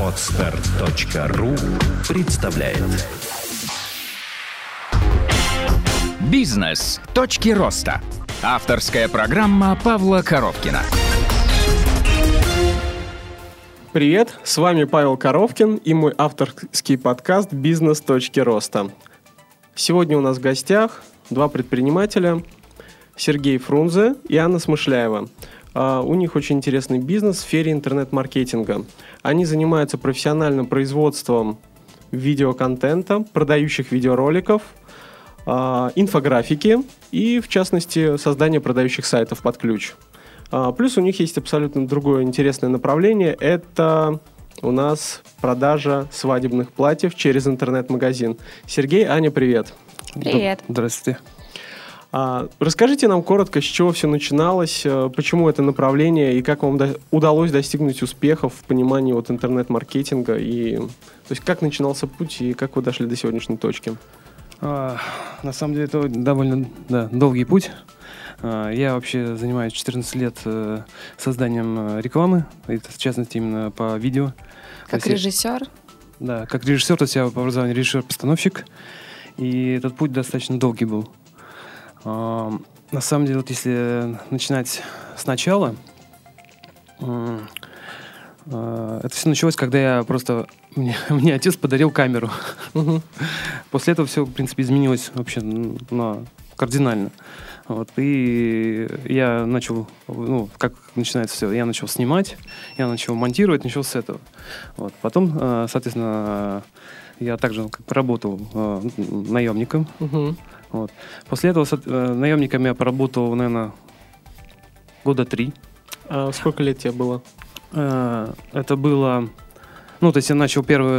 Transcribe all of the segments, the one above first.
Podster.ru представляет «Бизнес. Точки роста». Авторская программа Павла Коровкина. Привет, с вами Павел Коровкин и мой авторский подкаст «Бизнес. Точки роста». Сегодня у нас в гостях два предпринимателя – Сергей Фрунзе и Анна Смышляева. У них очень интересный бизнес в сфере интернет-маркетинга. Они занимаются профессиональным производством видеоконтента, продающих видеороликов, инфографики и, в частности, создание продающих сайтов под ключ. Плюс у них есть абсолютно другое интересное направление. Это у нас продажа свадебных платьев через интернет-магазин. Сергей, Аня, привет. Привет. Здравствуйте. Расскажите нам коротко, с чего все начиналось, почему это направление и как вам удалось достигнуть успехов в понимании интернет-маркетинга, и то есть как начинался путь и как вы дошли до сегодняшней точки? На самом деле это довольно долгий путь. Я вообще занимаюсь 14 лет созданием рекламы, в частности именно по видео. Как режиссер? Да, как режиссер, то есть я по образованию режиссер-постановщик, и этот путь достаточно долгий был. На самом деле, если начинать сначала, это все началось, когда мне отец подарил камеру. После этого все, в принципе, изменилось вообще кардинально. И я начал, как начинается все, я начал снимать, я начал монтировать, начал с этого. Потом, соответственно, я также поработал наемником. После этого наемником я поработал, наверное, года 3. А сколько лет тебе было? Это было... то есть я начал первые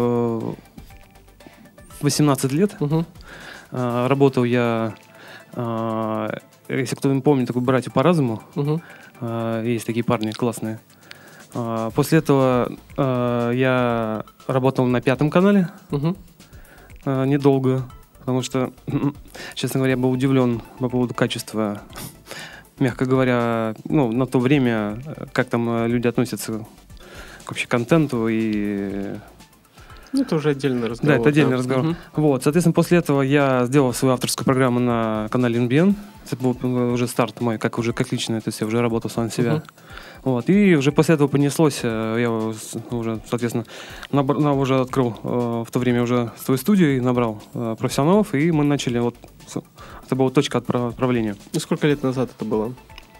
18 лет. Работал я, если кто не помнит, такой «Братья по разуму». Есть такие парни классные. После этого я работал на 5 канале. Недолго. Потому что, честно говоря, я был удивлен по поводу качества, мягко говоря, на то время, как там люди относятся к вообще контенту и... Это уже отдельный разговор. Да, это отдельный разговор. Соответственно, после этого я сделал свою авторскую программу на канале NBN. Это был уже старт мой, как личный, то есть я уже работал сам на себя. И уже после этого понеслось, я уже, соответственно, уже открыл в то время уже свою студию и набрал профессионалов, и мы начали, это была точка отправления. И сколько лет назад это было?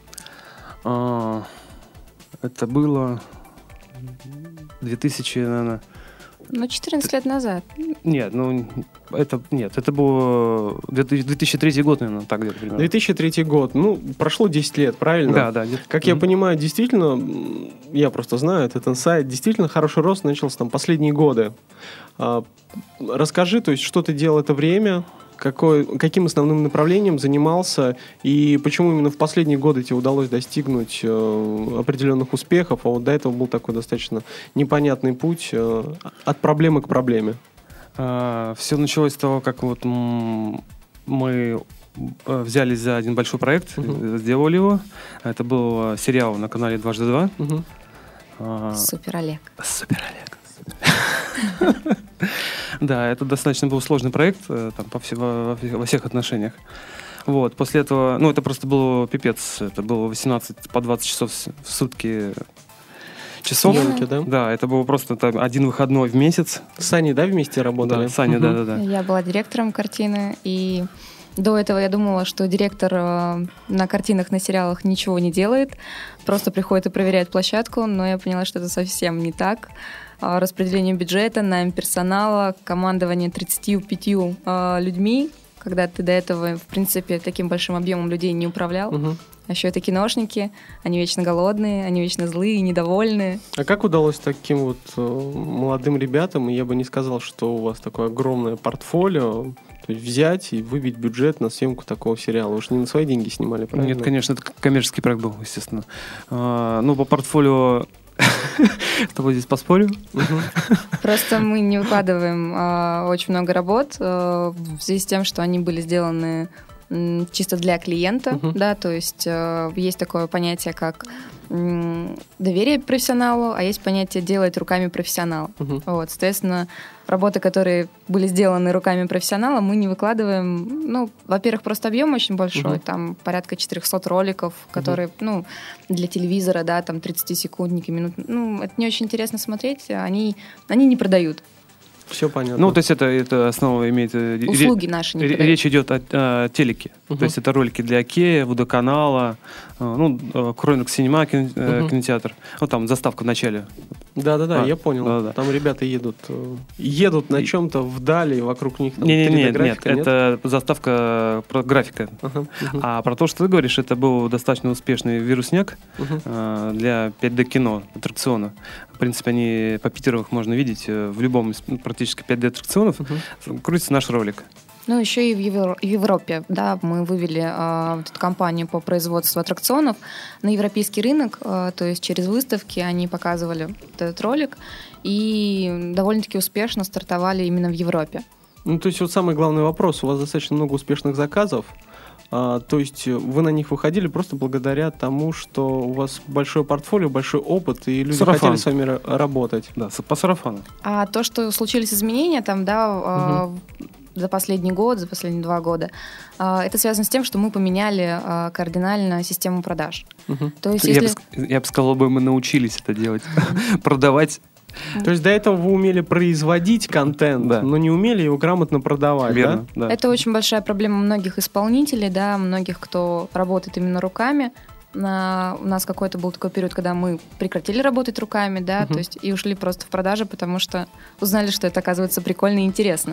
Это было 2000, наверное... 14 лет назад. Нет, это был 2003 год, наверное, так где-то примерно. 2003 год, прошло 10 лет, правильно? Да. Как я понимаю, действительно, я просто знаю этот инсайт, действительно хороший рост начался там последние годы. Расскажи, то есть, что ты делал это время, каким основным направлением занимался, и почему именно в последние годы тебе удалось достигнуть определенных успехов, а до этого был такой достаточно непонятный путь от проблемы к проблеме? Все началось с того, как мы взялись за один большой проект, сделали его. Это был сериал на канале «Дважды два». Супер Олег. Да, это достаточно был сложный проект во всех отношениях. После этого, это просто было пипец. Это было 18 по 20 часов в сутки часов. Съемки, да? Да, это было просто один выходной в месяц. С Саней, да, вместе работали? Да, Саня, да. Я была директором картины, и до этого я думала, что директор на картинах, на сериалах ничего не делает, просто приходит и проверяет площадку, но я поняла, что это совсем не так. Распределение бюджета, найм персонала, командование 35 людьми, когда ты до этого, в принципе, таким большим объемом людей не управлял. А еще это киношники, они вечно голодные, они вечно злые, недовольные. А как удалось таким молодым ребятам, и я бы не сказал, что у вас такое огромное портфолио, то есть взять и выбить бюджет на съемку такого сериала? Вы же не на свои деньги снимали, правильно? Нет, конечно, это коммерческий проект был, естественно. По портфолио... С тобой здесь поспорю. Просто мы не выкладываем очень много работ в связи с тем, что они были сделаны чисто для клиента, да, то есть есть такое понятие, как доверие профессионалу, а есть понятие делать руками профессионала. Вот, соответственно, работы, которые были сделаны руками профессионала, мы не выкладываем. Ну, во-первых, просто объем очень большой, там порядка 400 роликов, которые, ну, для телевизора, да, там 30-секундники, минут. Ну, это не очень интересно смотреть, они не продают. Все понятно. Ну, то есть это основа имеет... Услуги наши не продают. Речь идет о телеке. То есть это ролики для Икеа, Водоканала, Кронок Синема, кинотеатр. Вот там заставка в начале. Да-да-да, я понял. Да-да. Там ребята едут на чем-то вдали, вокруг них там 3D-графика, нет, это заставка про графика. А про то, что ты говоришь, это был достаточно успешный вирусняк для 5D-кино, аттракциона. В принципе, они по Питеру их можно видеть в любом из практически 5D-аттракционов. Крутится наш ролик. Ну, еще и в Европе, да, мы вывели эту компанию по производству аттракционов на европейский рынок, то есть через выставки они показывали этот ролик и довольно-таки успешно стартовали именно в Европе. Ну, то есть вот самый главный вопрос, у вас достаточно много успешных заказов, то есть вы на них выходили просто благодаря тому, что у вас большое портфолио, большой опыт, и люди хотели с вами работать. Да, по сарафану. А то, что случились изменения там, да, за последний год, за последние 2 года, это связано с тем, что мы поменяли кардинально систему продаж. То есть, я бы сказал, мы научились это делать, продавать. То есть до этого вы умели производить контент, но не умели его грамотно продавать, верно, да? Это очень большая проблема многих исполнителей, да, многих, кто работает именно руками. У нас какой-то был такой период, когда мы прекратили работать руками, да, то есть и ушли просто в продажи, потому что узнали, что это, оказывается, прикольно и интересно.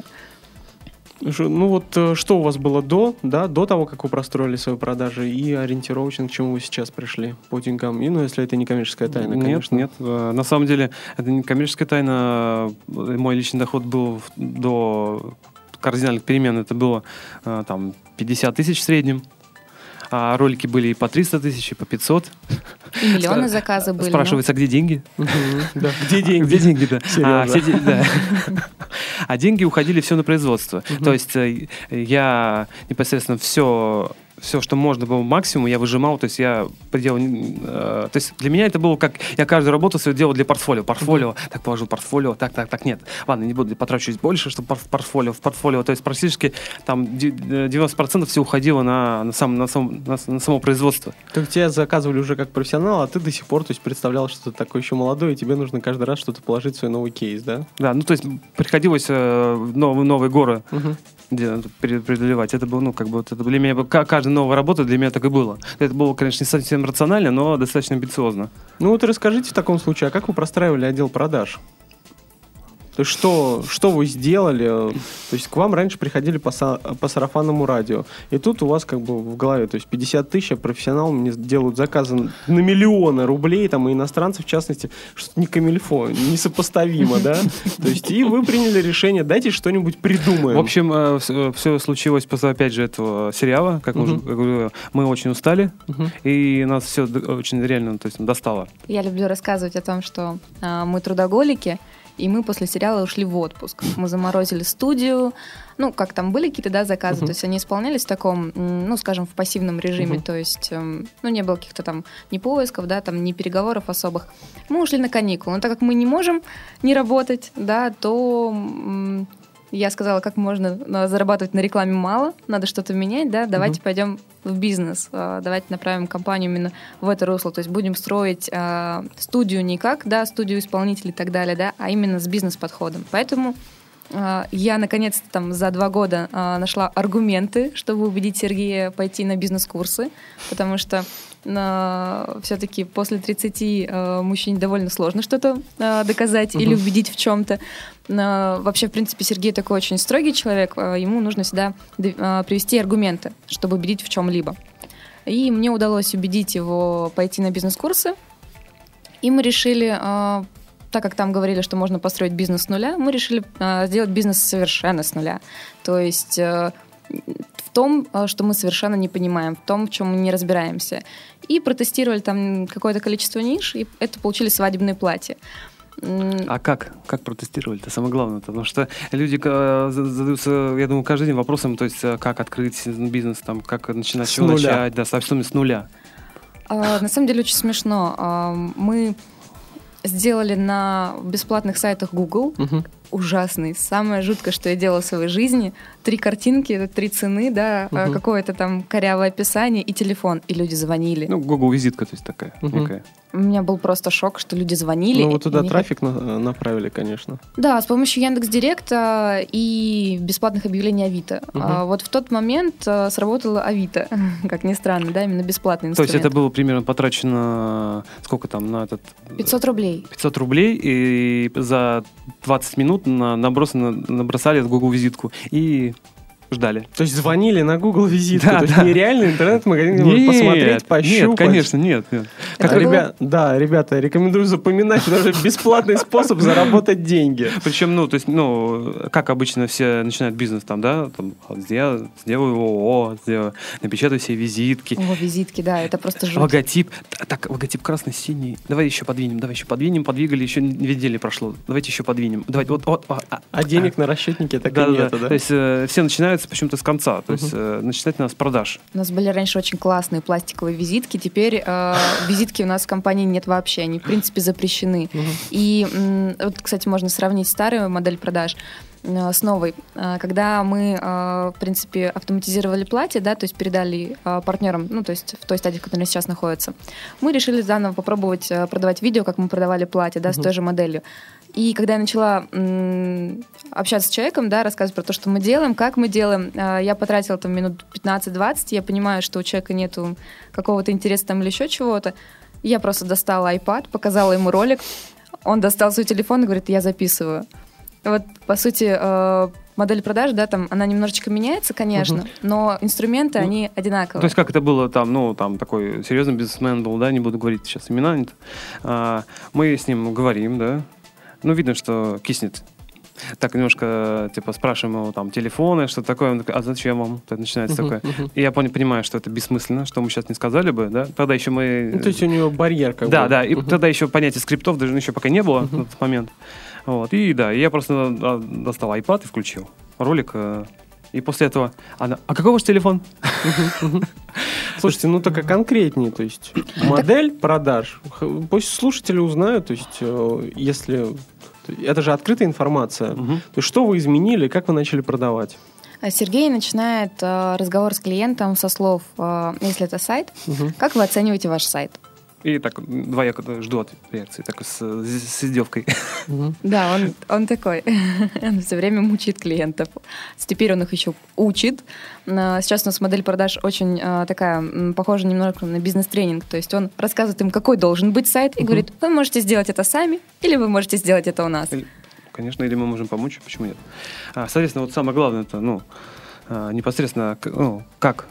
Ну вот что у вас было до того, как вы простроили свои продажи, и ориентировочно к чему вы сейчас пришли по деньгам? И, если это не коммерческая тайна, конечно. Нет. На самом деле, это не коммерческая тайна. Мой личный доход был до кардинальных перемен. Это было там 50 тысяч в среднем. А ролики были и по 300 тысяч, и по 500. И миллионы заказы были. Спрашивается, где деньги? Где деньги? Где деньги, да. А деньги уходили все на производство. То есть я непосредственно все, что можно было максимум, я выжимал, то есть я делал... То есть для меня это было как... Я каждую работу свою делал для портфолио. Так положил портфолио, так, нет. Ладно, не буду, потрачу польше, чтобы в портфолио. То есть практически там 90% все уходило на само производство. То есть тебя заказывали уже как профессионал, а ты до сих пор, то есть, представлял, что ты такой еще молодой, и тебе нужно каждый раз что-то положить в свой новый кейс, да? Да, ну то есть приходилось новые горы преодолевать. Это было, это для меня, каждая новая работа для меня так и было. Это было, конечно, не совсем рационально, но достаточно амбициозно. Ну вот расскажите в таком случае, а как вы простраивали отдел продаж? То есть что вы сделали? То есть к вам раньше приходили по сарафанному радио, и тут у вас как бы в голове, то есть 50 тысяч, а профессионалы мне делают заказы на миллионы рублей, там, и иностранцы, в частности, что-то не камильфо, несопоставимо, да? То есть и вы приняли решение, дайте что-нибудь придумаем. В общем, все случилось после, опять же, этого сериала, как мы очень устали, и нас все очень реально, то есть, достало. Я люблю рассказывать о том, что мы трудоголики, и мы после сериала ушли в отпуск. Мы заморозили студию. Ну, как там были какие-то, заказы. То есть они исполнялись в таком, скажем, в пассивном режиме. То есть, не было каких-то там ни поисков, ни переговоров особых. Мы ушли на каникулы. Но так как мы не можем не работать, то я сказала, как можно зарабатывать на рекламе мало, надо что-то менять, давайте пойдем в бизнес, давайте направим компанию именно в это русло, то есть будем строить студию не как, студию исполнителей и так далее, а именно с бизнес-подходом. Поэтому я, наконец-то, там за 2 года нашла аргументы, чтобы убедить Сергея пойти на бизнес-курсы, потому что все-таки после 30 мужчине довольно сложно что-то доказать или убедить в чем-то. Вообще, в принципе, Сергей такой очень строгий человек, ему нужно всегда привести аргументы, чтобы убедить в чем-либо. И мне удалось убедить его пойти на бизнес-курсы, и мы решили... Так как там говорили, что можно построить бизнес с нуля, мы решили сделать бизнес совершенно с нуля. То есть в том, что мы совершенно не понимаем, в том, в чем мы не разбираемся. И протестировали там какое-то количество ниш, и это получили свадебные платья. А как протестировали? Это самое главное. Потому что люди задаются, я думаю, каждый день вопросом, то есть как открыть бизнес, там, как начинать, с чего начать, да, совсем с нуля. На самом деле очень смешно. Мы сделали на бесплатных сайтах Google ужасный. Самое жуткое, что я делала в своей жизни. 3 картинки, это 3 цены, да, какое-то там корявое описание и телефон. И люди звонили. Ну, Google визитка, то есть такая некая. У меня был просто шок, что люди звонили. Ну, вот туда трафик направили, конечно. Да, с помощью Яндекс.Директа и бесплатных объявлений Авито. Вот в тот момент сработала Авито, как ни странно, да, именно бесплатный инструмент. То есть это было примерно потрачено, сколько там, на этот... 500 рублей. 500 рублей, и за 20 минут набросали Google визитку и ждали. То есть звонили на Google визитку, Да, то есть да. нереальный интернет-магазин, где можно посмотреть, пощупать. Нет, конечно, нет. Да, ребята, рекомендую запоминать, потому что бесплатный способ заработать деньги. Причем, как обычно все начинают бизнес там, да, там, сделаю ООО, напечатаю себе визитки. О, визитки, да, это просто жуть. Логотип. Так, логотип красно-синий. Давай еще подвинем. Подвигали, еще недели прошло. Давайте еще подвинем. Давайте, А денег на расчетнике так и нету, да? То есть все начинаются почему-то с конца. То есть начинать надо с продаж. У нас были раньше очень классные пластиковые визитки. Теперь визитки у нас в компании нет вообще. Они, в принципе, запрещены. И вот, кстати, можно сравнить старую модель продаж с новой. Когда мы, в принципе, автоматизировали платье, да, то есть передали партнерам, ну, то есть в той стадии, в которой они сейчас находятся, мы решили заново попробовать продавать видео, как мы продавали платье, да, с той же моделью. И когда я начала общаться с человеком, да, рассказывать про то, что мы делаем, как мы делаем, я потратила там минут 15-20, я понимаю, что у человека нету какого-то интереса там или еще чего-то. Я просто достала iPad, показала ему ролик, он достал свой телефон и говорит, я записываю. Вот, по сути, модель продаж, да, там, она немножечко меняется, конечно, но инструменты, они одинаковые. То есть как это было там, там такой серьезный бизнесмен был, да, не буду говорить сейчас имена, мы с ним говорим, да, видно, что киснет. Так немножко, спрашиваем его там телефоны, что такое, он такой, а зачем вам? Это начинается такое. И я понимаю, что это бессмысленно, что мы сейчас не сказали бы, да, тогда еще мы... Ну, то есть у него барьер как бы. Да, и тогда еще понятия скриптов даже еще пока не было на тот момент. Вот. И да, я просто достал iPad и включил ролик. И после этого она, а какой ваш телефон? Слушайте, только конкретнее, то есть модель продаж. Пусть слушатели узнают, то есть если... Это же открытая информация. То есть что вы изменили, как вы начали продавать? Сергей начинает разговор с клиентом со слов, если это сайт, как вы оцениваете ваш сайт? И так двояко жду от реакции, так с издевкой. Да, он такой. Он все время мучает клиентов. Теперь он их еще учит. Сейчас у нас модель продаж очень такая, похожа немного на бизнес-тренинг. То есть он рассказывает им, какой должен быть сайт, и говорит, вы можете сделать это сами, или вы можете сделать это у нас. Конечно, или мы можем помочь, почему нет. Соответственно, вот самое главное, это, непосредственно, как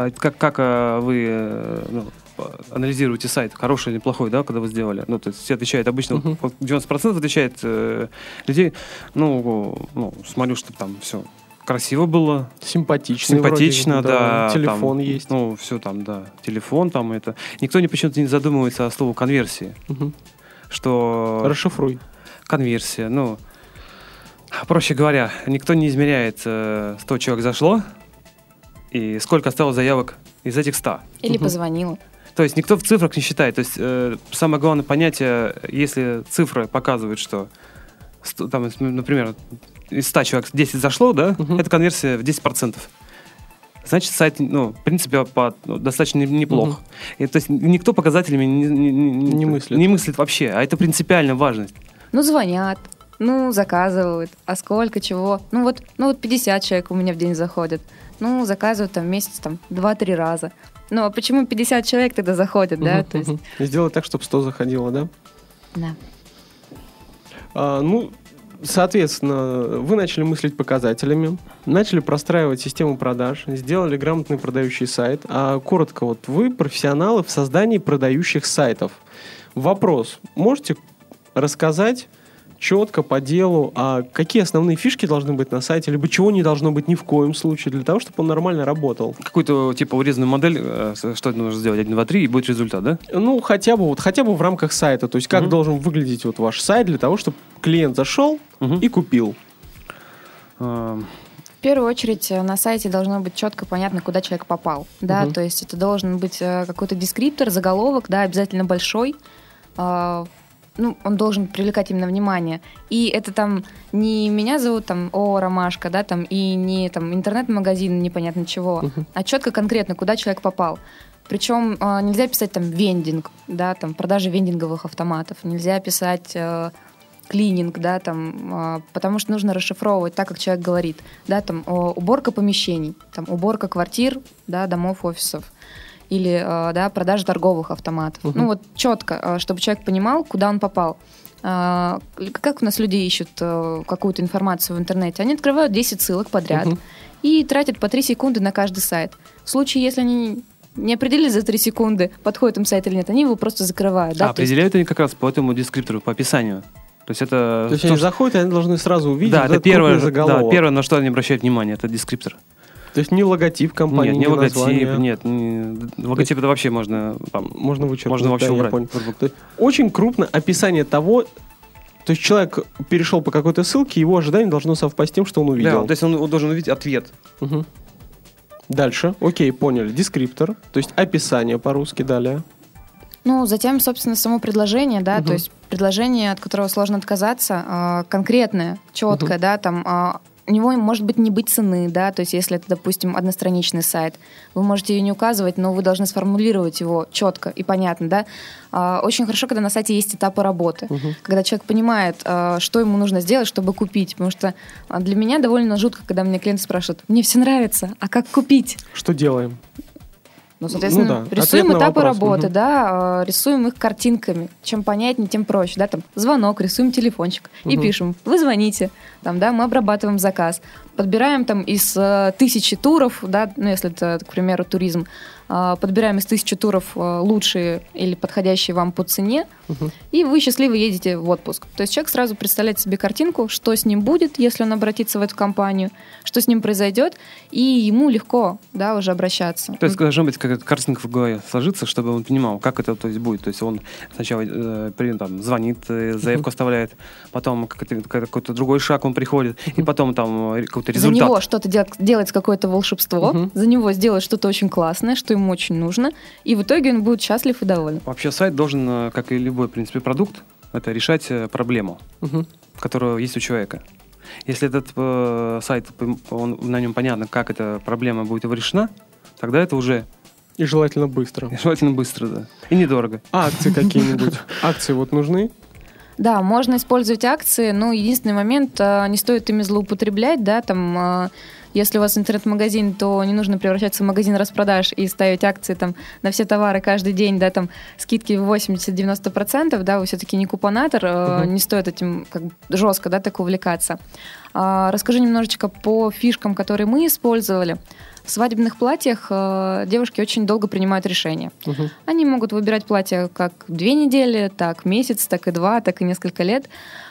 вы... анализируете сайт, хороший или плохой, да, когда вы сделали. То есть все отвечают, обычно 90% отвечает людей, смотрю, что там все красиво было. Симпатично, вроде, да. Телефон там, есть. Все там, да. Телефон там это. Никто почему-то не задумывается о слове конверсии. Что... Расшифруй. Конверсия, проще говоря, никто не измеряет, 100 человек зашло, и сколько осталось заявок из этих 100. Или позвонила. То есть никто в цифрах не считает. То есть самое главное понятие, если цифры показывают, что, там, например, из 100 человек 10 зашло, да, это конверсия в 10%. Значит, сайт, в принципе, достаточно неплох. И, то есть никто показателями не мыслит вообще, а это принципиальная важность. Звонят, заказывают, а сколько, чего. 50 человек у меня в день заходят. Заказывают там в месяц 2-3 раза. А почему 50 человек тогда заходят, да? То есть... Сделать так, чтобы 100 заходило, да? Да. Соответственно, вы начали мыслить показателями, начали простраивать систему продаж, сделали грамотный продающий сайт. А коротко, вы профессионалы в создании продающих сайтов. Вопрос. Можете рассказать, четко, по делу. А какие основные фишки должны быть на сайте, либо чего не должно быть ни в коем случае, для того, чтобы он нормально работал? Какую-то, типа, урезанную модель, что нужно сделать, 1, 2, 3, и будет результат, да? Ну, хотя бы в рамках сайта. То есть, как должен выглядеть вот ваш сайт для того, чтобы клиент зашел и купил? В первую очередь на сайте должно быть четко понятно, куда человек попал. Да? То есть это должен быть какой-то дескриптор, заголовок, да, обязательно большой. Он должен привлекать именно внимание. И это там не меня зовут, там, Ромашка, да, там, и не там, интернет-магазин, непонятно чего, а четко, конкретно, куда человек попал. Причем нельзя писать там вендинг, да, там, продажи вендинговых автоматов, нельзя писать клининг, да, там, потому что нужно расшифровывать так, как человек говорит, да, там, уборка помещений, там, уборка квартир, да, домов, офисов, или, да, продажа торговых автоматов. Ну, вот четко, чтобы человек понимал, куда он попал. Как у нас люди ищут какую-то информацию в интернете? Они открывают 10 ссылок подряд и тратят по 3 секунды на каждый сайт. В случае, если они не определили за 3 секунды, подходит им сайт или нет, они его просто закрывают. Да? Определяют они как раз по этому дескриптору, по описанию. То есть они заходят, и они должны сразу увидеть это первое, на что они обращают внимание, это дескриптор. То есть не логотип компании, не логотип, название. Логотип это вообще можно вычеркнуть. Можно вообще убрать. Очень крупно описание того, то есть человек перешел по какой-то ссылке, его ожидание должно совпасть с тем, что он увидел. Да, то есть он должен увидеть ответ. Дальше, окей, поняли, дескриптор, то есть описание по-русски, далее. Затем, собственно, само предложение, да, то есть предложение, от которого сложно отказаться, конкретное, четкое, да, там, у него может быть не быть цены, да, то есть если это, допустим, одностраничный сайт, вы можете ее не указывать, но вы должны сформулировать его четко и понятно, да. Очень хорошо, когда на сайте есть этапы работы, когда человек понимает, что ему нужно сделать, чтобы купить, потому что для меня довольно жутко, когда меня клиенты спрашивают, мне все нравится, а как купить? Что делаем? Соответственно, рисуем этапы работы, да, рисуем их картинками. Чем понятнее, тем проще, да, там, звонок, рисуем телефончик и пишем, вы звоните, там, да, мы обрабатываем заказ, подбираем там из 1000 туров, да, если это, к примеру, туризм, подбираем из 1000 туров лучшие или подходящие вам по цене, и вы счастливо едете в отпуск. То есть человек сразу представляет себе картинку, что с ним будет, если он обратится в эту компанию, что с ним произойдет, и ему легко, да, уже обращаться. То есть должна быть какая-то картинка в голове сложиться, чтобы он понимал, как это, то есть, будет. То есть он сначала звонит, заявку оставляет, потом какой-то другой шаг он приходит, и потом там какой-то результат. За него что-то делается какое-то волшебство, за него сделать что-то очень классное, что ему очень нужно, и в итоге он будет счастлив и доволен. Вообще сайт должен, как и любой, в принципе, продукт, это решать проблему, которая есть у человека. Если этот сайт, на нем понятно, как эта проблема будет его решена, тогда это уже... И желательно быстро. Да. И недорого. А акции какие-нибудь? Акции вот нужны? Да, можно использовать акции, но единственный момент, не стоит ими злоупотреблять, да, там, если у вас интернет-магазин, то не нужно превращаться в магазин распродаж и ставить акции там на все товары каждый день, да, там, скидки в 80-90%, да, вы все-таки не купонатор, не стоит этим как бы жестко, да, так увлекаться. Расскажу немножечко по фишкам, которые мы использовали. В свадебных платьях девушки очень долго принимают решения. Они могут выбирать платье как 2 недели, так месяц, так и 2, так и несколько лет.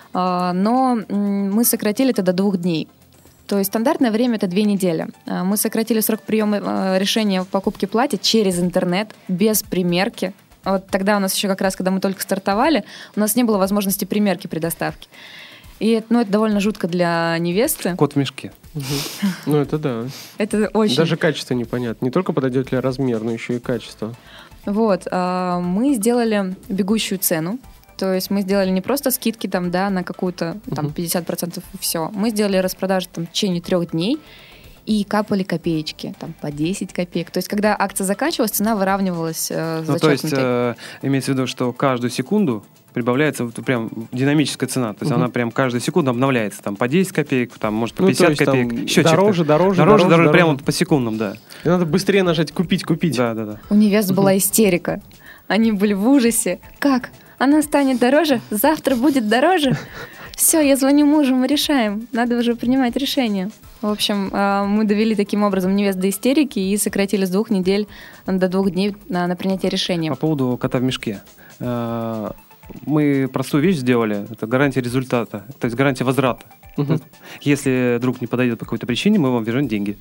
Но мы сократили это до 2 дней. То есть стандартное время это 2 недели. Мы сократили срок приема решения в покупке платья через интернет, без примерки. Вот тогда у нас еще как раз, когда мы только стартовали, у нас не было возможности примерки при доставке. И это довольно жутко для невесты. Кот в мешке. Ну, это да. Это очень... Даже качество непонятно. Не только подойдет ли размер, но еще и качество. Вот. Мы сделали бегущую цену. То есть мы сделали не просто скидки там, да, на какую-то там 50% и все. Мы сделали распродажу там в течение 3 дней и капали копеечки, там по 10 копеек. То есть когда акция заканчивалась, цена выравнивалась зачеркнутой. То есть имеется в виду, что каждую секунду прибавляется прям динамическая цена. То есть она прям каждую секунду обновляется. Там по 10 копеек, там, может, по 50 копеек. Еще дороже, прям вот по секундам, да. И надо быстрее нажать «Купить». Да. У невест была истерика. Они были в ужасе. Как? Она станет дороже? Завтра будет дороже? Все, я звоню мужу, мы решаем. Надо уже принимать решение. В общем, мы довели таким образом невест до истерики и сократили с 2 недель до 2 дней на принятие решения. По поводу кота в мешке. мы простую вещь сделали, это гарантия результата, то есть гарантия возврата. Если друг не подойдет по какой-то причине, мы вам вернем деньги.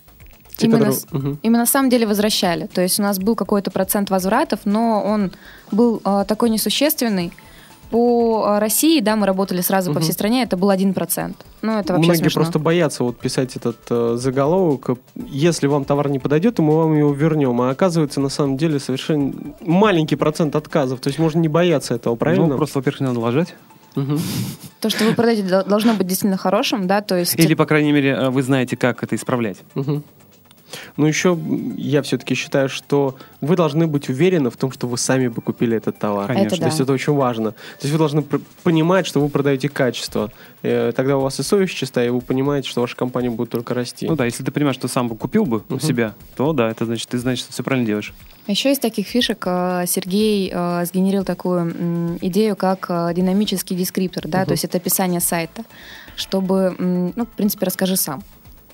Именно на самом деле возвращали. То есть у нас был какой-то процент возвратов, но он был такой несущественный. По России, да, мы работали сразу по всей стране, это был 1%. Ну, это вообще Многие смешно. просто боятся вот писать этот заголовок. Если вам товар не подойдет, то мы вам его вернем. А оказывается, на самом деле, совершенно маленький процент отказов. То есть можно не бояться этого, правильно? Ну, просто, во-первых, не надо лажать. То, что вы продаете, должно быть действительно хорошим, да, то есть... Или, по крайней мере, вы знаете, как это исправлять. Ну, еще я все-таки считаю, что вы должны быть уверены в том, что вы сами бы купили этот товар. Конечно. Это да. То есть это очень важно. То есть вы должны понимать, что вы продаете качество. Тогда у вас и совесть чистая, и вы понимаете, что ваша компания будет только расти. Ну да, если ты понимаешь, что сам бы купил бы у себя, то да, это значит, ты что все правильно делаешь. Еще из таких фишек Сергей сгенерил такую идею, как динамический дескриптор, да, то есть это описание сайта, чтобы, ну, в принципе, расскажи сам.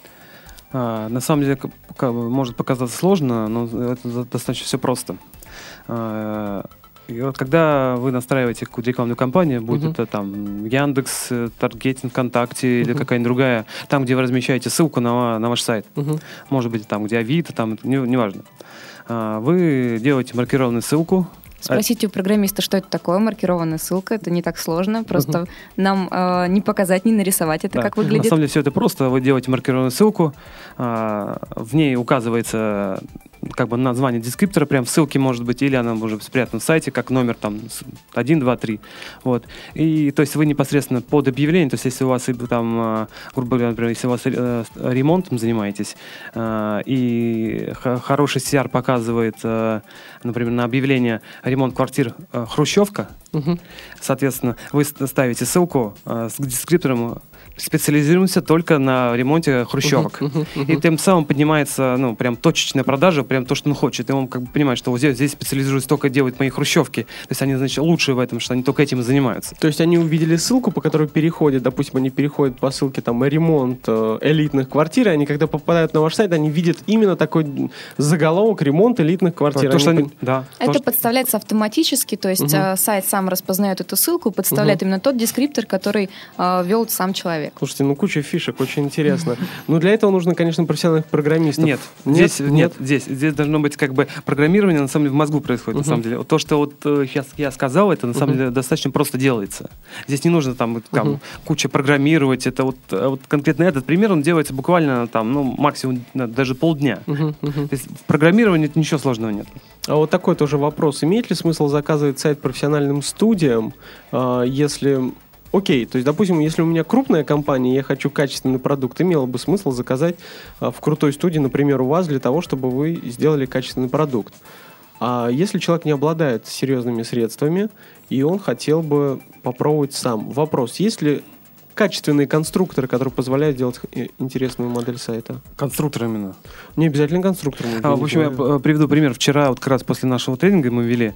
На самом деле, может показаться сложно, но это достаточно все просто. И вот когда вы настраиваете какую-то рекламную кампанию, будь это там Яндекс, Таргетинг, ВКонтакте или какая-нибудь другая, там, где вы размещаете ссылку на ваш сайт, может быть, там, где Авито, там, неважно. Вы делаете маркированную ссылку. Спросите у программиста, что это такое, маркированная ссылка. Это не так сложно. Просто нам не показать, не нарисовать это, как выглядит. На самом деле все это просто. Вы делаете маркированную ссылку, в ней указывается как бы название дескриптора, прям в ссылке может быть, или она может быть спрятана в сайте, как номер там 1, 2, 3. Вот. И то есть вы непосредственно под объявление, то есть если у вас там, грубо говоря, например, если у вас ремонтом занимаетесь, и хороший CR показывает, например, на объявление ремонт квартир Хрущевка, соответственно, вы ставите ссылку с дескриптором, специализируемся только на ремонте хрущевок. И тем самым поднимается, ну, прям точечная продажа, прям то, что он хочет. И он как бы понимает, что вот здесь специализируются только делают мои хрущевки. То есть они, значит, лучшие в этом, что они только этим и занимаются. То есть они увидели ссылку, по которой переходят, допустим, они переходят по ссылке там ремонт элитных квартир, и они, когда попадают на ваш сайт, они видят именно такой заголовок ремонт элитных квартир. Это подставляется автоматически, то есть сайт сам распознает эту ссылку, подставляет именно тот дескриптор, который ввел сам человек. Слушайте, ну куча фишек, очень интересно. Но для этого нужно, конечно, профессиональных программистов. Нет. Здесь должно быть как бы программирование, на самом деле, в мозгу происходит, на самом деле. То, что вот сейчас я сказал, это на самом деле достаточно просто делается. Здесь не нужно там куча программировать. Это вот конкретно этот пример, он делается буквально там, ну, максимум даже полдня. То есть в программировании ничего сложного нет. А вот такой тоже вопрос. Имеет ли смысл заказывать сайт профессиональным студиям, если... Окей, то есть, допустим, если у меня крупная компания, я хочу качественный продукт, имело бы смысл заказать в крутой студии, например, у вас, для того, чтобы вы сделали качественный продукт. А если человек не обладает серьезными средствами, и он хотел бы попробовать сам, вопрос, есть ли качественные конструкторы, которые позволяют сделать интересную модель сайта? Конструктор именно? Не обязательно конструктор. В общем, я приведу пример. Вчера, вот как раз после нашего тренинга мы вели,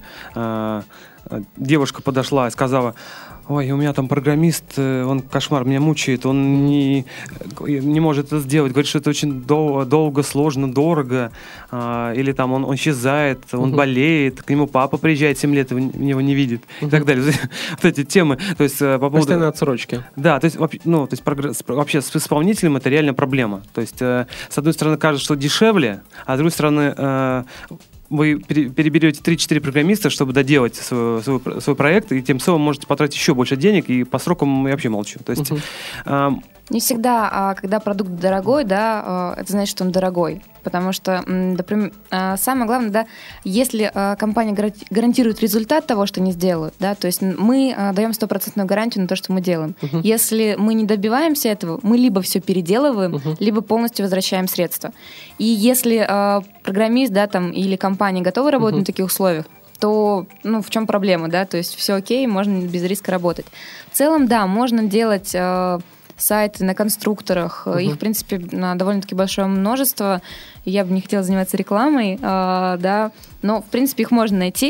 девушка подошла и сказала: ой, у меня там программист, он кошмар, меня мучает, он не может это сделать, говорит, что это очень долго, сложно, дорого, или там он исчезает, он болеет, к нему папа приезжает 7 лет, его не видит, и так далее. Вот эти темы. То есть, по поводу... Постоянные отсрочки. Да, то есть, вообще с исполнителем это реально проблема. То есть, с одной стороны, кажется, что дешевле, а с другой стороны... Вы переберете 3-4 программиста, чтобы доделать свой проект, и тем самым можете потратить еще больше денег, и по срокам я вообще молчу. То есть, не всегда, когда продукт дорогой, да, это значит, что он дорогой. Потому что, например, самое главное, да, если компания гарантирует результат того, что они сделают, да, то есть мы даем 100% гарантию на то, что мы делаем. Если мы не добиваемся этого, мы либо все переделываем, либо полностью возвращаем средства. И если программист, да, там, или компания готовы работать на таких условиях, то, ну, в чем проблема, да, то есть все окей, можно без риска работать. В целом, да, можно делать... сайты на конструкторах. Их, в принципе, довольно-таки большое множество. Я бы не хотела заниматься рекламой, да, но, в принципе, их можно найти.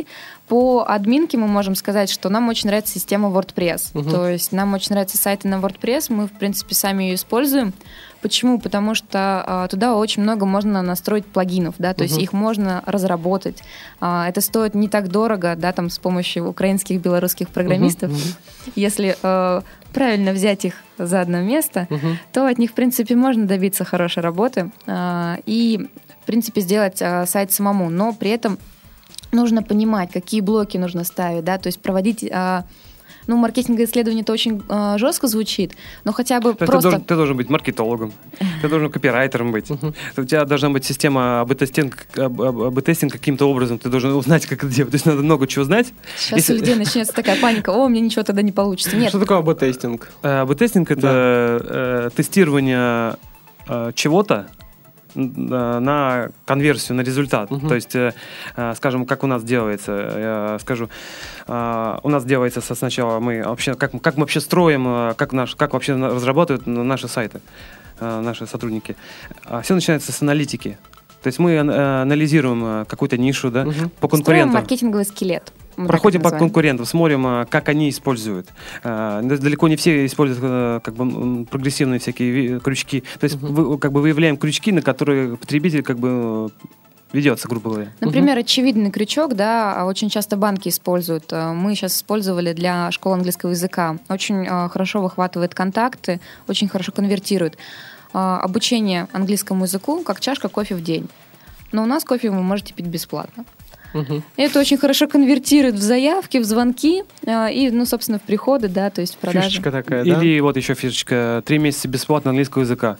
По админке мы можем сказать, что нам очень нравится система WordPress. То есть нам очень нравятся сайты на WordPress, мы, в принципе, сами ее используем. Почему? Потому что туда очень много можно настроить плагинов, да, то есть их можно разработать. Это стоит не так дорого, да, там с помощью украинских, белорусских программистов. Если правильно взять их за одно место, то от них, в принципе, можно добиться хорошей работы и, в принципе, сделать сайт самому. Но при этом нужно понимать, какие блоки нужно ставить, да, то есть проводить... маркетинговое исследование это очень жестко звучит, но хотя бы просто... Ты должен быть маркетологом, ты должен копирайтером быть. У тебя должна быть система АБ-тестинг каким-то образом, ты должен узнать, как это делать. То есть надо много чего знать. Сейчас у людей начнется такая паника, мне ничего тогда не получится. Нет. Что такое АБ-тестинг? АБ-тестинг — это тестирование чего-то на конверсию, на результат. То есть, скажем, как у нас делается, я скажу, у нас делается сначала мы вообще, как мы вообще строим, как вообще разрабатывают наши сайты, наши сотрудники. Все начинается с аналитики. То есть мы анализируем какую-то нишу, да, по конкурентам. Строим маркетинговый скелет. Проходим по конкурентам, смотрим, как они используют. Далеко не все используют прогрессивные всякие крючки. То есть выявляем крючки, на которые потребитель ведется, грубо говоря. Например, очевидный крючок, да, очень часто банки используют. Мы сейчас использовали для школы английского языка. Очень хорошо выхватывает контакты, очень хорошо конвертирует. Обучение английскому языку как чашка кофе в день. Но у нас кофе вы можете пить бесплатно. И это очень хорошо конвертирует в заявки, в звонки и, собственно, в приходы, да, то есть в продажи. Фишечка такая, да? Или вот еще фишечка, 3 месяца бесплатно английского языка.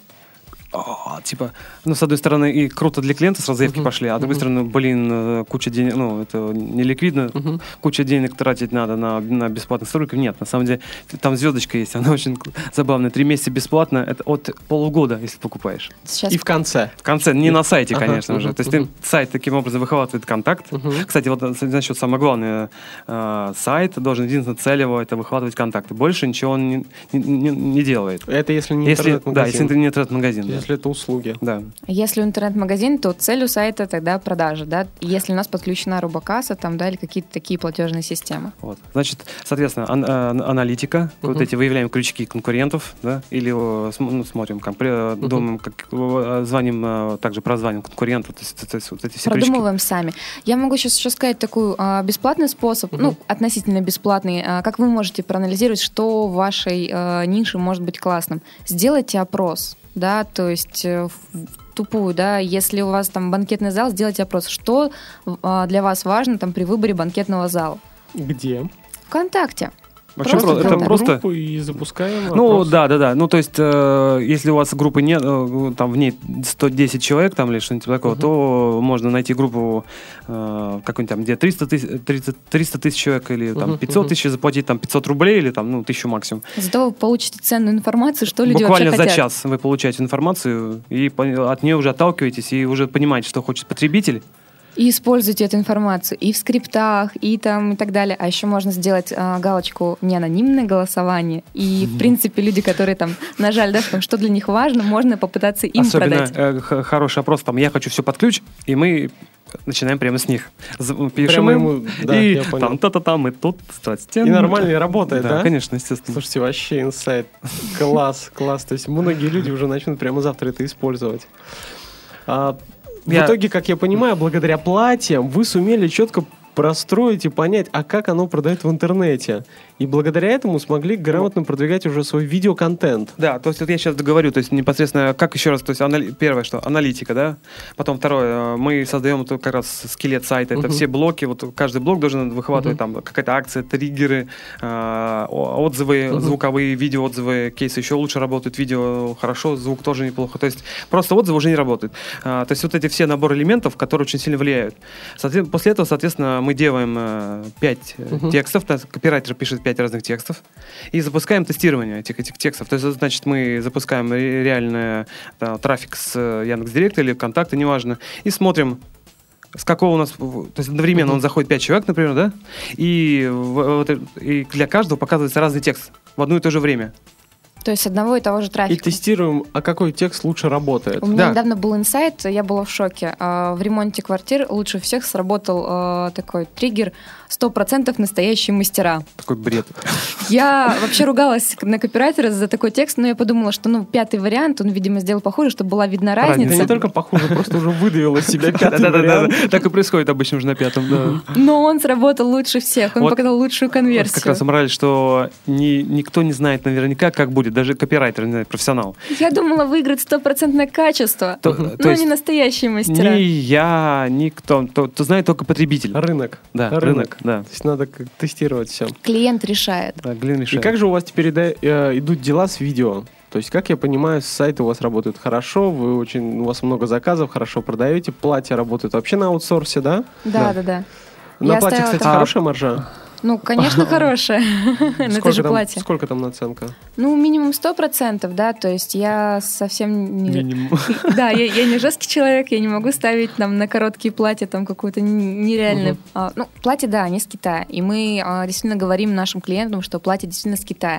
С одной стороны, и круто для клиента, сразу заявки пошли, а с другой стороны, куча денег, это не ликвидно, куча денег тратить надо на бесплатных сотрудников. Нет, на самом деле, там звездочка есть, она очень забавная. 3 месяца бесплатно, это от полугода, если покупаешь. Сейчас... И в конце? В конце, не на сайте, конечно же. То есть сайт таким образом выхватывает контакт. Кстати, вот значит, самое главное, сайт должен единственная цель его, это выхватывать контакты. Больше ничего он не делает. Это если не интернет-магазин. Да, если не интернет-магазин. Если это услуги. Да. Если интернет-магазин, то цель у сайта тогда продажа, да? Если у нас подключена робокасса там, да, или какие-то такие платежные системы. Вот. Значит, соответственно, аналитика, вот эти выявляем крючки конкурентов, да, или смотрим, думаем, звоним, также прозваним конкурентов, то есть вот эти все продумываем крючки. Сами. Я могу сейчас еще сказать такой бесплатный способ, относительно бесплатный, как вы можете проанализировать, что в вашей нише может быть классным. Сделайте опрос. Да, то есть тупую, да, если у вас там банкетный зал, сделайте опрос, что для вас важно там при выборе банкетного зала. Где? ВКонтакте. Вообще это просто группу и запускаем опрос. Да. То есть, если у вас группы нет, там в ней 110 человек там, или что-нибудь такого, то можно найти группу какую-нибудь там, где 300 тысяч человек, или там 500 тысяч, заплатить там 500 рублей, или там, 1000 максимум. Зато вы получите ценную информацию, что люди вообще хотят. Буквально за час вы получаете информацию, и от нее уже отталкиваетесь, и уже понимаете, что хочет потребитель. И используйте эту информацию и в скриптах, и так далее. А еще можно сделать галочку «неанонимное голосование». И, в принципе, люди, которые там нажали, да, что для них важно, можно попытаться им продать. Особенно хороший опрос, там «я хочу все под ключ», и мы начинаем прямо с них. Пишем им, и там-та-та-там, и тут, здравствуйте. И нормально работает, да? Да, конечно, естественно. Слушайте, вообще инсайт. Класс. То есть многие люди уже начнут прямо завтра это использовать. В итоге, как я понимаю, благодаря платьям вы сумели четко простроить и понять, а как оно продает в интернете. И благодаря этому смогли грамотно продвигать уже свой видеоконтент. Да, то есть вот я сейчас договорю, то есть непосредственно, как еще раз, то есть первое, что аналитика, да, потом второе, мы создаем как раз скелет сайта, это все блоки, вот каждый блок должен выхватывать там какая-то акция, триггеры, отзывы, звуковые, видеоотзывы, кейсы еще лучше работают, видео хорошо, звук тоже неплохо, то есть просто отзывы уже не работают. То есть вот эти все наборы элементов, которые очень сильно влияют. После этого, соответственно, мы делаем 5 текстов, копирайтер пишет 5 разных текстов и запускаем тестирование этих текстов. То есть, значит, мы запускаем реально трафик с Яндекс.Директа или ВКонтакте, неважно, и смотрим, с какого у нас... То есть одновременно он заходит 5 человек, например, да? И для каждого показывается разный текст в одно и то же время. То есть одного и того же И трафика. тестируем, а какой текст лучше работает. У меня Да. недавно был инсайт, я была в шоке. В ремонте квартир лучше всех сработал такой триггер 100% настоящие мастера. Такой бред. Я вообще ругалась на копирайтера за такой текст, но я подумала, что пятый вариант, он, видимо, сделал похоже, чтобы была видна Это разница. не только похоже, просто уже выдавил из себя пятый Да-да-да, вариант. так и происходит обычно уже на пятом. Да. Но он сработал лучше всех, он Вот показал лучшую конверсию. Как раз мораль, что никто не знает наверняка, как будет, даже копирайтер, не знаю, профессионал. Я думала выиграть 100% качество, То но есть не настоящие мастера. ни я, никто, то знает только потребитель. Рынок. Да, рынок, да. То есть надо тестировать все. Клиент решает. Да, Глин И решает. как же у вас теперь идут дела с видео? То есть, как я понимаю, сайты у вас работают хорошо, у вас много заказов, хорошо продаете, платья работают вообще на аутсорсе, да? Да. На Я платье, ставила кстати, там- хорошая маржа. Конечно, хорошая. Но это же платье. Сколько там наценка? Минимум 100%, да, то есть я совсем не... Минимум. Да, я не жесткий человек, я не могу ставить там на короткие платья там какую-то нереальную... Платья, да, они с Китая, и мы действительно говорим нашим клиентам, что платье действительно с Китая.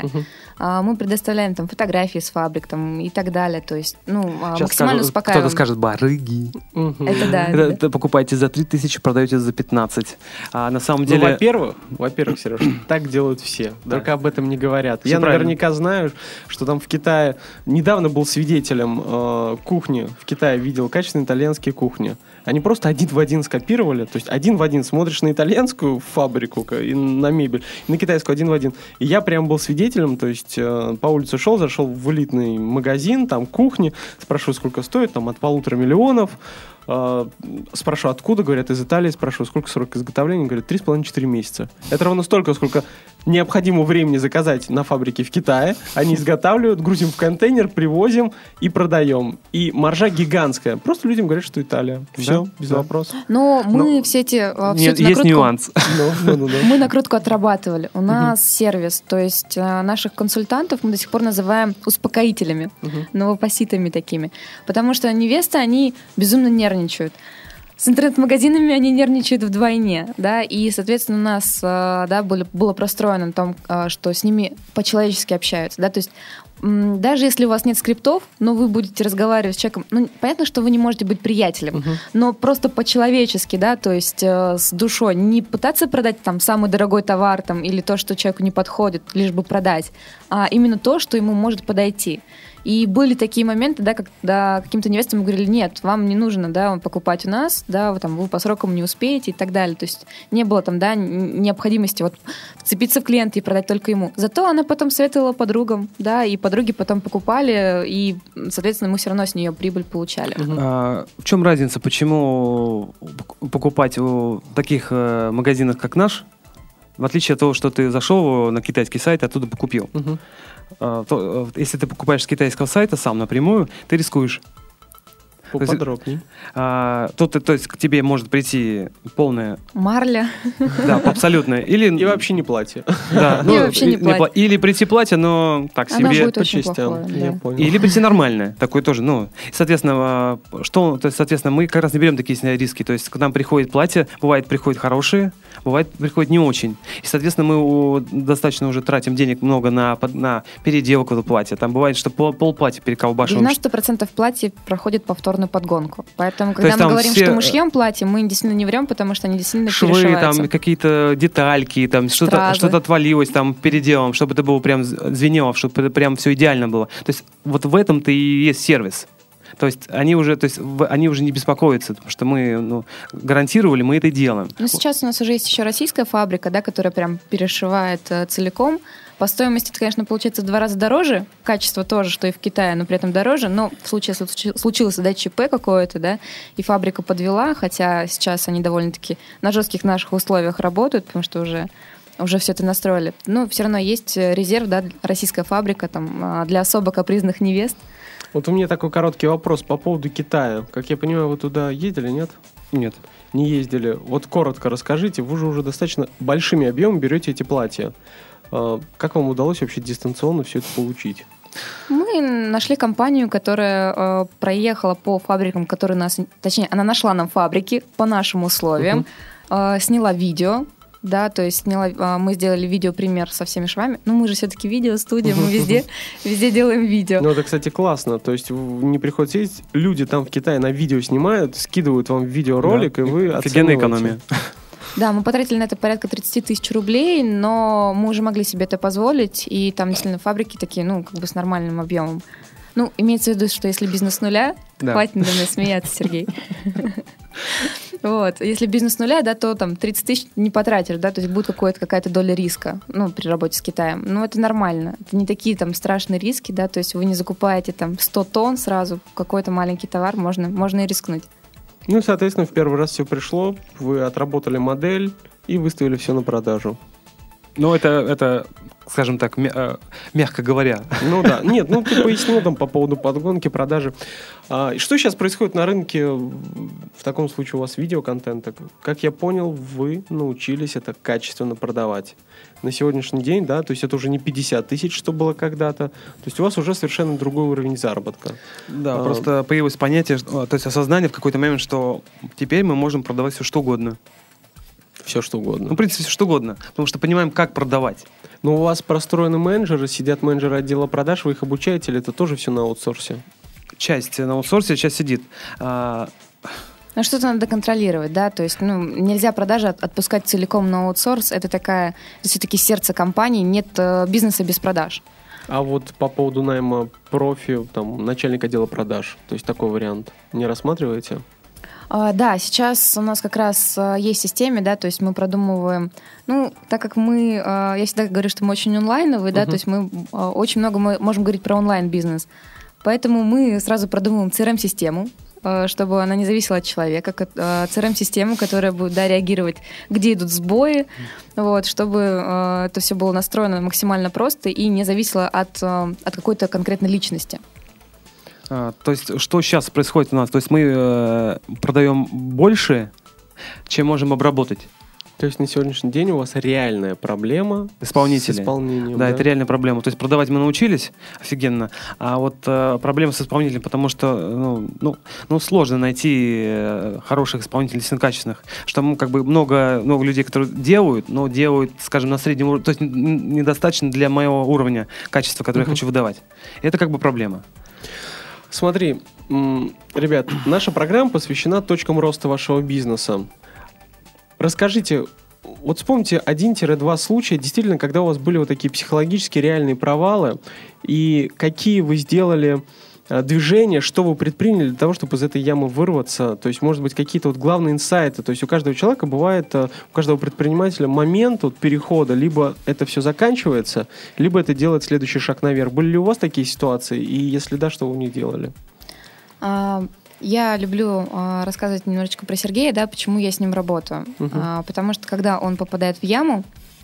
Мы предоставляем там фотографии с фабрик там и так далее, то есть, Сейчас максимально успокаиваем. кто-то скажет, барыги. Это да. Это покупаете за 3000, продаете за 15. А на самом деле... Во-первых, Сереж, так делают все. Да. Только об этом не говорят. Всё Я правильно. наверняка знаю, что там в Китае... Недавно был свидетелем кухни. В Китае видел качественные итальянские кухни. Они просто один в один скопировали. То есть один в один смотришь на итальянскую фабрику и на мебель, и на китайскую один в один. И я прям был свидетелем, то есть по улице шел, зашел в элитный магазин, там кухни, спрашиваю, сколько стоит, там от 1,5 миллиона. Спрашиваю, откуда, говорят, из Италии. Спрашиваю, сколько срок изготовления, говорят, 3,5-4 месяца. Это ровно столько, сколько необходимо времени заказать на фабрике в Китае. Они изготавливают, грузим в контейнер, привозим и продаем. И маржа гигантская. Просто людям говорят, что Италия. Все, без вопросов. Но мы все эти... Нет, есть нюанс. Ну. Мы накрутку отрабатывали. У нас сервис, то есть наших консультантов мы до сих пор называем успокоителями, новопоситами такими. Потому что невесты, они безумно нервничают. С интернет-магазинами они нервничают вдвойне, да, и, соответственно, у нас, было простроено на том, что с ними по-человечески общаются, да, то есть даже если у вас нет скриптов, но вы будете разговаривать с человеком, понятно, что вы не можете быть приятелем, но просто по-человечески, да, то есть с душой, не пытаться продать там самый дорогой товар там или то, что человеку не подходит, лишь бы продать, а именно то, что ему может подойти. И были такие моменты, да, когда каким-то невестам говорили, нет, вам не нужно, да, покупать у нас, да, вы по срокам не успеете и так далее. То есть не было там, да, необходимости вцепиться в клиента и продать только ему. Зато она потом советовала подругам, да, и подруги потом покупали, и, соответственно, мы все равно с нее прибыль получали. В чем разница, почему покупать в таких магазинах, как наш, в отличие от того, что ты зашел на китайский сайт и оттуда покупил? Если ты покупаешь с китайского сайта сам напрямую, ты рискуешь. Поподробнее. То есть к тебе может прийти полная... Марля. Да, абсолютно. И вообще не платье. Да, И вообще не платье. Или прийти платье, но так Она себе. будет По очень частям. плохое, Я да. понял. Или прийти нормальное, такое тоже, соответственно, мы как раз не берем такие риски, то есть к нам приходит платье, бывает приходят хорошие, бывает приходит не очень, и, соответственно, мы достаточно уже тратим денег много на переделку этого платья, там бывает, что полплатья переколбашиваем. 90% платьев проходит повторную подгонку, поэтому, То когда есть мы там говорим, все- что мы шьем платье, мы действительно не врем, потому что они действительно Швы, перешиваются. там какие-то детальки, там Стразы. что-то отвалилось, там переделаем, чтобы это было прям звенело, чтобы это прям все идеально было. То есть вот в этом-то и есть сервис. То есть они уже не беспокоятся, потому что мы гарантировали, мы это и делаем. Но сейчас у нас уже есть еще российская фабрика, да, которая прям перешивает целиком. По стоимости это, конечно, получается в 2 раза дороже. Качество тоже, что и в Китае, но при этом дороже. Но в случае, если случилось, да, ЧП какое-то, да, и фабрика подвела, хотя сейчас они довольно-таки на жестких наших условиях работают, потому что уже все это настроили. Но все равно есть резерв, да, российская фабрика там, для особо капризных невест. Вот у меня такой короткий вопрос по поводу Китая. Как я понимаю, вы туда ездили, нет? Нет. Не ездили. Вот коротко расскажите, вы же уже достаточно большими объемами берете эти платья. Как вам удалось вообще дистанционно все это получить? Мы нашли компанию, которая проехала по фабрикам, которые она нашла нам фабрики по нашим условиям, сняла видео, да, то есть мы сделали видеопример со всеми швами. Ну, мы же все-таки видеостудия, мы везде делаем видео. Ну, это, кстати, классно. То есть не приходится ездить, люди там в Китае на видео снимают, скидывают вам видеоролик, и вы офигенная экономия. Да, мы потратили на это порядка 30 тысяч рублей, но мы уже могли себе это позволить, и там действительно фабрики такие, ну, как бы с нормальным объемом. Ну, имеется в виду, что если бизнес с нуля, хватит надо мной смеяться, Сергей. Вот. Если бизнес с нуля, да, то там 30 тысяч не потратишь, да, то есть будет какая-то доля риска, ну, при работе с Китаем. Но это нормально. Это не такие там страшные риски, да, то есть вы не закупаете там 100 тонн сразу, какой-то маленький товар, можно и рискнуть. Ну, соответственно, в первый раз все пришло, вы отработали модель и выставили все на продажу. Ну, это, скажем так, мягко говоря. Ну да. Нет, ну ты пояснил там по поводу подгонки, продажи. Что сейчас происходит на рынке, в таком случае у вас видеоконтента? Как я понял, вы научились это качественно продавать. На сегодняшний день, да, то есть это уже не 50 тысяч, что было когда-то. То есть у вас уже совершенно другой уровень заработка. Да, просто появилось понятие, то есть осознание в какой-то момент, что теперь мы можем продавать все что угодно. Все что угодно. Ну, в принципе, все что угодно. Потому что понимаем, как продавать. Но у вас простроены менеджеры, сидят менеджеры отдела продаж, вы их обучаете, или это тоже все на аутсорсе? Часть на аутсорсе, часть сидит. Ну, что-то надо контролировать, да, то есть, ну, нельзя продажи отпускать целиком на аутсорс, это все-таки сердце компании, нет бизнеса без продаж. А вот по поводу найма профи, там, начальника отдела продаж, то есть такой вариант не рассматриваете? Да, сейчас у нас как раз есть в системе, да, то есть мы продумываем, ну, так как я всегда говорю, что мы очень онлайновые, да, то есть мы очень много можем говорить про онлайн-бизнес, поэтому мы сразу продумываем CRM-систему, чтобы она не зависела от человека, CRM-систему, которая будет, да, реагировать, где идут сбои, вот, чтобы это все было настроено максимально просто и не зависело от какой-то конкретной личности. То есть, что сейчас происходит у нас? То есть мы продаем больше, чем можем обработать. То есть на сегодняшний день у вас реальная проблема исполнителей. С исполнением. Да, это реальная проблема. То есть продавать мы научились офигенно, а вот проблема с исполнителем, потому что сложно найти хороших исполнителей, действительно качественных. Что как бы много людей, которые делают, но делают, скажем, на среднем уровне, то есть недостаточно для моего уровня качества, которое я хочу выдавать. Это как бы проблема. Смотри, ребят, наша программа посвящена точкам роста вашего бизнеса. Расскажите, вот вспомните 1-2 случая, действительно, когда у вас были вот такие психологические реальные провалы, и какие вы сделали движения, что вы предприняли для того, чтобы из этой ямы вырваться, то есть, может быть, какие-то вот главные инсайты, то есть у каждого человека бывает, у каждого предпринимателя момент вот перехода, либо это все заканчивается, либо это делает следующий шаг наверх. Были ли у вас такие ситуации, и если да, что вы в них делали? Я люблю рассказывать немножечко про Сергея, да, почему я с ним работаю. Потому что когда он попадает в яму,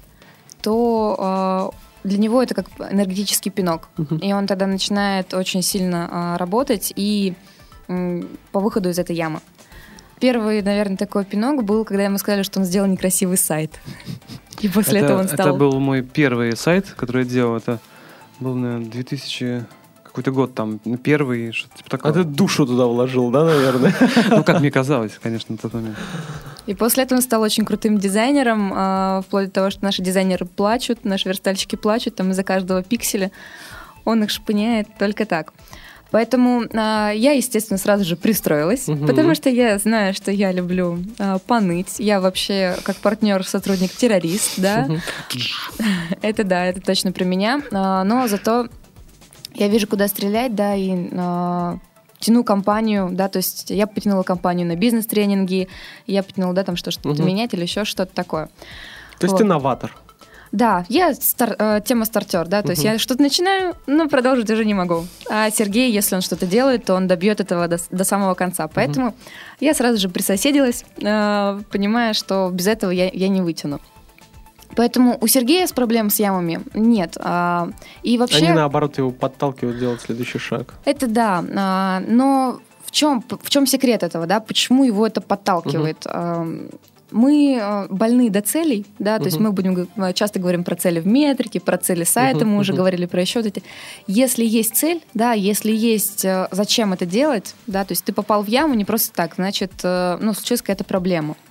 то для него это как энергетический пинок. И он тогда начинает очень сильно работать и по выходу из этой ямы. Первый, наверное, такой пинок был, когда ему сказали, что он сделал некрасивый сайт. И после этого он стал... Это был мой первый сайт, который я делал. Это был, наверное, 2000... какой-то год там, первый, что-то типа такого. А ты душу туда вложил, да, наверное? Ну, как мне казалось, конечно, на тот момент. И после этого он стал очень крутым дизайнером, вплоть до того, что наши дизайнеры плачут, наши верстальщики плачут там из-за каждого пикселя. Он их шпыняет только так. Поэтому я, естественно, сразу же пристроилась, потому что я знаю, что я люблю поныть. Я вообще, как партнер, сотрудник, террорист, да. Это точно про меня. Но зато я вижу, куда стрелять, да, и тяну компанию, да, то есть я потянула компанию на бизнес-тренинги, я потянула, да, там что-то менять или еще что-то такое. То есть ты новатор? Да, я тема стартер, да, то есть я что-то начинаю, но продолжить уже не могу. А Сергей, если он что-то делает, то он добьет этого до самого конца. Поэтому я сразу же присоседилась, понимая, что без этого я не вытяну. Поэтому у Сергея с проблем с ямами нет. И вообще... Они, наоборот, его подталкивают делать следующий шаг. Это да. Но в чем секрет этого, да? Почему его это подталкивает? Мы больны до целей, да, то есть мы часто говорим про цели в метрике, про цели сайта, мы уже говорили про еще вот эти. Если есть цель, да, если есть зачем это делать, да, то есть ты попал в яму не просто так, значит, случилась какая-то проблема.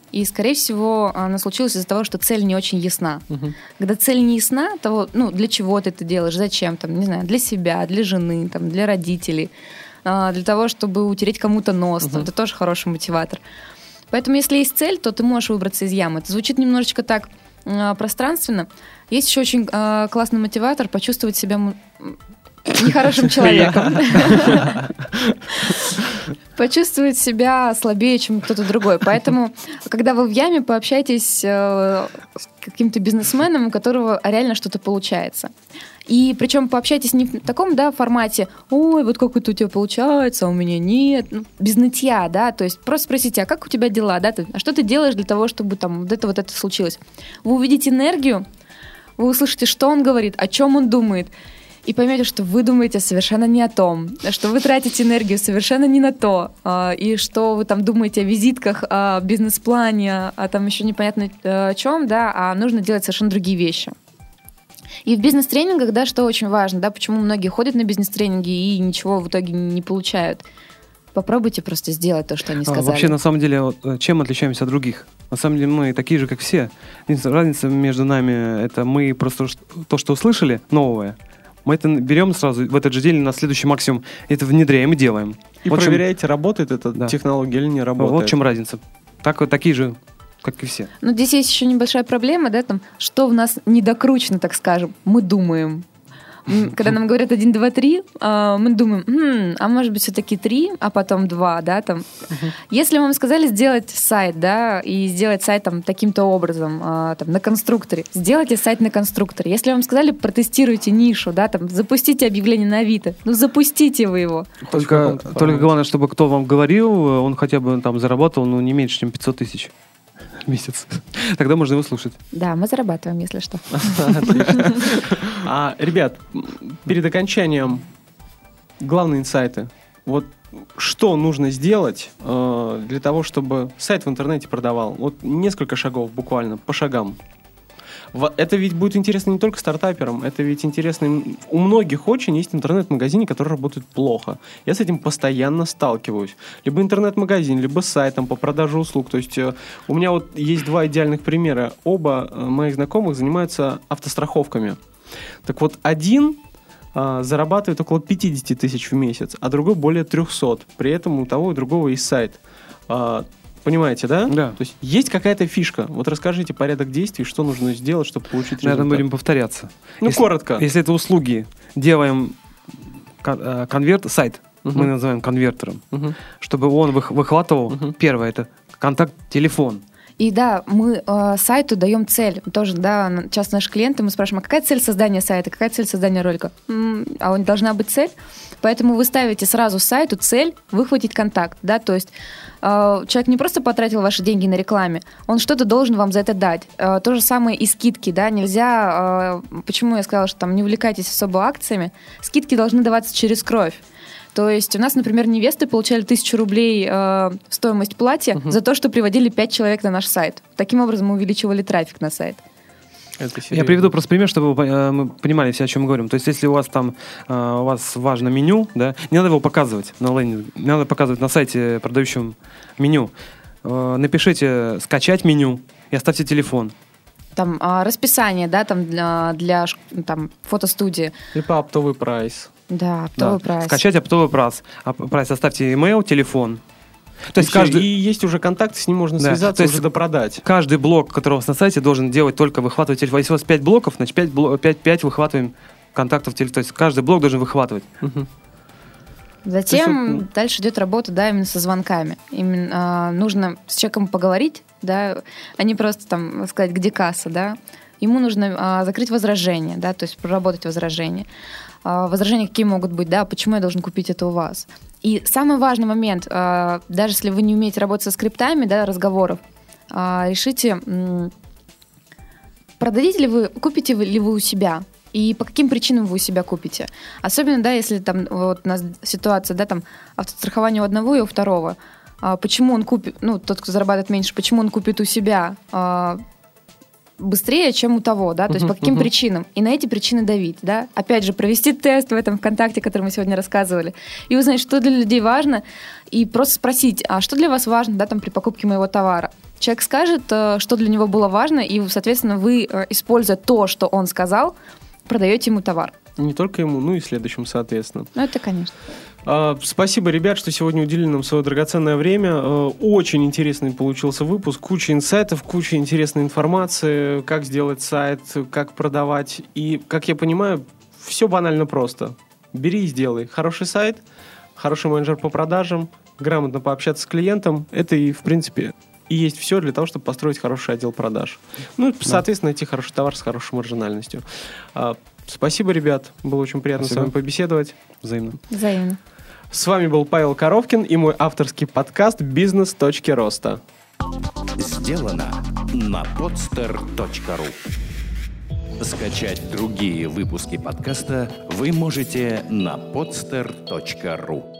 И, скорее всего, она случилась из-за того, что цель не очень ясна. Когда цель не ясна, то для чего ты это делаешь, зачем, там, не знаю, для себя, для жены, там, для родителей, для того, чтобы утереть кому-то нос. Это тоже хороший мотиватор. Поэтому, если есть цель, то ты можешь выбраться из ямы. Это звучит немножечко так пространственно. Есть еще очень классный мотиватор — почувствовать себя нехорошим человеком. Почувствовать себя слабее, чем кто-то другой. Поэтому, когда вы в яме, пообщайтесь с каким-то бизнесменом, у которого реально что-то получается. И причем пообщайтесь не в таком, формате: ой, вот как это у тебя получается, а у меня нет. Без нытья, то есть просто спросите: а как у тебя дела, а что ты делаешь для того, чтобы там вот это случилось. Вы увидите энергию, вы услышите, что он говорит, о чем он думает, и поймете, что вы думаете совершенно не о том, что вы тратите энергию совершенно не на то, и что вы там думаете о визитках, о бизнес-плане, о там еще непонятно о чем, а нужно делать совершенно другие вещи. И в бизнес-тренингах, что очень важно, почему многие ходят на бизнес-тренинги и ничего в итоге не получают. Попробуйте просто сделать то, что они сказали. Вообще, на самом деле, чем отличаемся от других? На самом деле, мы такие же, как все. Разница между нами — это мы просто то, что услышали, новое, мы это берем сразу в этот же день, на следующий максимум это внедряем и делаем. И вот проверяете, работает эта технология или не работает. Вот в чем разница. Такие же, как и все. Здесь есть еще небольшая проблема, что в нас недокручено, так скажем. Мы думаем. Когда нам говорят 1, 2, 3, мы думаем, а может быть все-таки 3, а потом 2, Если вам сказали сделать сайт, и сделать сайт таким-то образом, на конструкторе, сделайте сайт на конструкторе. Если вам сказали, протестируйте нишу, запустите объявление на Авито, запустите вы его. Только главное, чтобы кто вам говорил, он хотя бы заработал, не меньше, чем 500 тысяч в месяц. Тогда можно его слушать. Да, мы зарабатываем, если что. Отлично. Ребят, перед окончанием главные инсайты. Вот что нужно сделать для того, чтобы сайт в интернете продавал? Вот несколько шагов буквально, по шагам. Это ведь будет интересно не только стартаперам, это ведь интересно... У многих очень есть интернет-магазины, которые работают плохо. Я с этим постоянно сталкиваюсь. Либо интернет-магазин, либо сайт по продаже услуг. То есть у меня вот есть 2 идеальных примера. Оба моих знакомых занимаются автостраховками. Так вот, один зарабатывает около 50 тысяч в месяц, а другой более 300. При этом у того и другого есть сайт. Понимаете, да? Да. То есть есть какая-то фишка. Вот расскажите порядок действий, что нужно сделать, чтобы получить результат. Наверное, будем повторяться. Коротко. Если это услуги, делаем сайт, мы называем конвертером, чтобы он выхватывал, первое, это контакт, телефон. И мы сайту даем цель. Тоже, часто наши клиенты, мы спрашиваем, а какая цель создания сайта, какая цель создания ролика? А у должна быть цель? Поэтому вы ставите сразу сайту цель выхватить контакт. То есть человек не просто потратил ваши деньги на рекламе, он что-то должен вам за это дать. То же самое и скидки. Нельзя... Почему я сказала, что не увлекайтесь особо акциями? Скидки должны даваться через кровь. То есть у нас, например, невесты получали 1000 рублей стоимость платья за то, что приводили 5 человек на наш сайт. Таким образом мы увеличивали трафик на сайт. Я приведу просто пример, чтобы мы понимали все, о чем мы говорим. То есть если у вас у вас важно меню, не надо его показывать на лендинге, не надо показывать на сайте продающем меню. Напишите «скачать меню» и оставьте телефон. Расписание, для фотостудии. Либо оптовый прайс. Да, оптовый прайс. Скачать оптовый прайс. Оставьте email, телефон. То есть и есть уже контакт, с ним можно связаться, уже допродать. Каждый блок, который у вас на сайте, должен делать только выхватывать телефон. Если у вас 5 блоков, значит 5 выхватываем контактов телефона. То есть каждый блок должен выхватывать. Затем дальше идет работа, именно со звонками. Именно нужно с человеком поговорить, а не просто сказать, где касса, Ему нужно закрыть возражения, то есть проработать возражения. Возражения какие могут быть, почему я должен купить это у вас. И самый важный момент, даже если вы не умеете работать со скриптами, разговоров, решите, продадите ли вы, купите ли вы у себя, и по каким причинам вы у себя купите. Особенно, если у нас ситуация, автострахование у одного и у второго. Почему он купит, тот, кто зарабатывает меньше, почему он купит у себя, быстрее, чем у того, да, то есть по каким причинам, и на эти причины давить, да, опять же, провести тест в этом ВКонтакте, который мы сегодня рассказывали, и узнать, что для людей важно, и просто спросить, а что для вас важно, да, там, при покупке моего товара. Человек скажет, что для него было важно, и, соответственно, вы, используя то, что он сказал, продаете ему товар. Не только ему, но и следующим, соответственно. Ну, это, конечно. Спасибо, ребят, что сегодня уделили нам свое драгоценное время. Очень интересный получился выпуск. Куча инсайтов, куча интересной информации, как сделать сайт, как продавать. И, как я понимаю, все банально просто. Бери и сделай. Хороший сайт, хороший менеджер по продажам, грамотно пообщаться с клиентом. Это и, в принципе, и есть все для того, чтобы построить хороший отдел продаж. Ну, соответственно, найти хороший товар с хорошей маржинальностью. Спасибо, ребят. Было очень приятно с вами побеседовать. Взаимно. Взаимно. С вами был Павел Коровкин и мой авторский подкаст «Бизнес.роста». Сделано на podster.ru. Скачать другие выпуски подкаста вы можете на podster.ru.